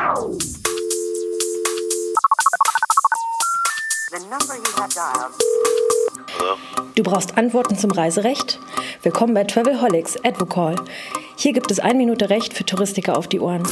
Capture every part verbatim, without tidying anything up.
Du brauchst Antworten zum Reiserecht? Willkommen bei Travelholics Advocall. Hier gibt es eine Minute Recht für Touristiker auf die Ohren.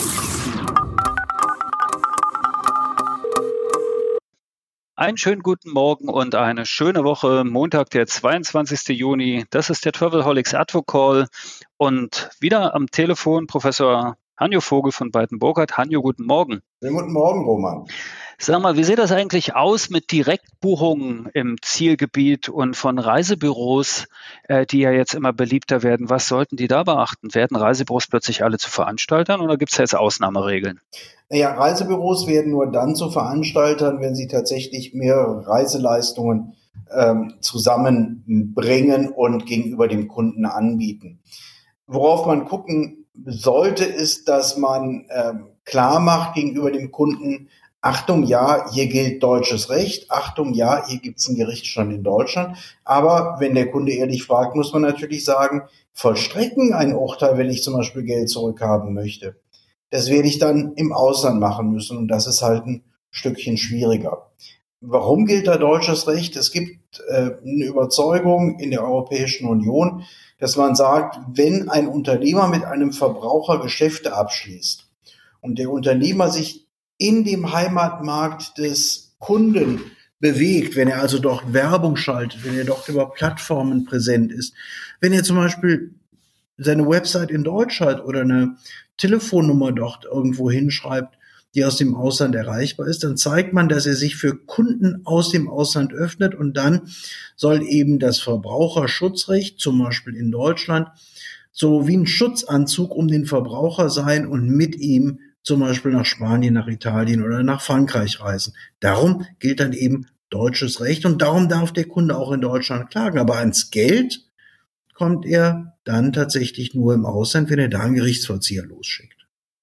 Einen schönen guten Morgen und eine schöne Woche. Montag, der zweiundzwanzigsten Juni. Das ist der Travelholics Advocall. Und wieder am Telefon Professor Hanjo Vogel von Beiten-Burkhardt. Hanjo, guten Morgen. Ja, guten Morgen, Roman. Sag mal, wie sieht das eigentlich aus mit Direktbuchungen im Zielgebiet und von Reisebüros, äh, die ja jetzt immer beliebter werden? Was sollten die da beachten? Werden Reisebüros plötzlich alle zu Veranstaltern oder gibt es jetzt Ausnahmeregeln? Naja, Reisebüros werden nur dann zu Veranstaltern, wenn sie tatsächlich mehrere Reiseleistungen ähm, zusammenbringen und gegenüber dem Kunden anbieten. Worauf man gucken sollte, ist, dass man ähm, klar macht gegenüber dem Kunden, Achtung, ja, hier gilt deutsches Recht. Achtung, ja, hier gibt es einen Gerichtsstand in Deutschland. Aber wenn der Kunde ehrlich fragt, muss man natürlich sagen, vollstrecken ein Urteil, wenn ich zum Beispiel Geld zurückhaben möchte. Das werde ich dann im Ausland machen müssen und das ist halt ein Stückchen schwieriger. Warum gilt da deutsches Recht? Es gibt äh, eine Überzeugung in der Europäischen Union, dass man sagt, wenn ein Unternehmer mit einem Verbraucher Geschäfte abschließt und der Unternehmer sich in dem Heimatmarkt des Kunden bewegt, wenn er also dort Werbung schaltet, wenn er dort über Plattformen präsent ist, wenn er zum Beispiel seine Website in Deutsch hat oder eine Telefonnummer dort irgendwo hinschreibt, die aus dem Ausland erreichbar ist, dann zeigt man, dass er sich für Kunden aus dem Ausland öffnet und dann soll eben das Verbraucherschutzrecht, zum Beispiel in Deutschland, so wie ein Schutzanzug um den Verbraucher sein und mit ihm zum Beispiel nach Spanien, nach Italien oder nach Frankreich reisen. Darum gilt dann eben deutsches Recht und darum darf der Kunde auch in Deutschland klagen. Aber ans Geld kommt er dann tatsächlich nur im Ausland, wenn er da einen Gerichtsvollzieher losschickt.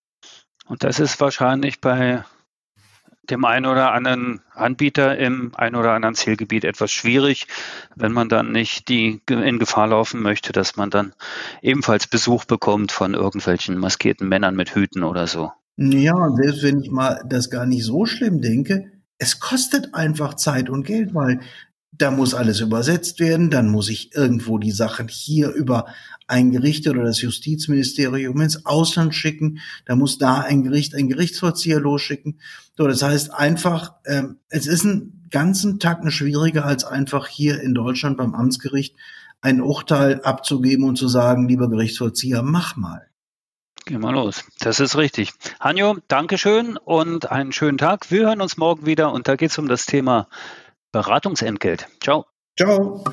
Und das ist wahrscheinlich bei dem einen oder anderen Anbieter im einen oder anderen Zielgebiet etwas schwierig, wenn man dann nicht die in Gefahr laufen möchte, dass man dann ebenfalls Besuch bekommt von irgendwelchen maskierten Männern mit Hüten oder so. Ja, und selbst wenn ich mal das gar nicht so schlimm denke, es kostet einfach Zeit und Geld, weil da muss alles übersetzt werden, dann muss ich irgendwo die Sachen hier über ein Gericht oder das Justizministerium ins Ausland schicken, da muss da ein Gericht einen Gerichtsvollzieher losschicken. So, das heißt einfach, ähm, es ist einen ganzen Tacken schwieriger, als einfach hier in Deutschland beim Amtsgericht ein Urteil abzugeben und zu sagen, lieber Gerichtsvollzieher, mach mal. Geh mal los. Das ist richtig. Hanjo, Dankeschön und einen schönen Tag. Wir hören uns morgen wieder und da geht es um das Thema Beratungsentgelt. Ciao. Ciao.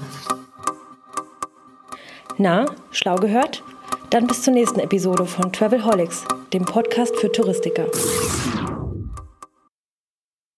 Na, schlau gehört? Dann bis zur nächsten Episode von Travelholics, dem Podcast für Touristiker.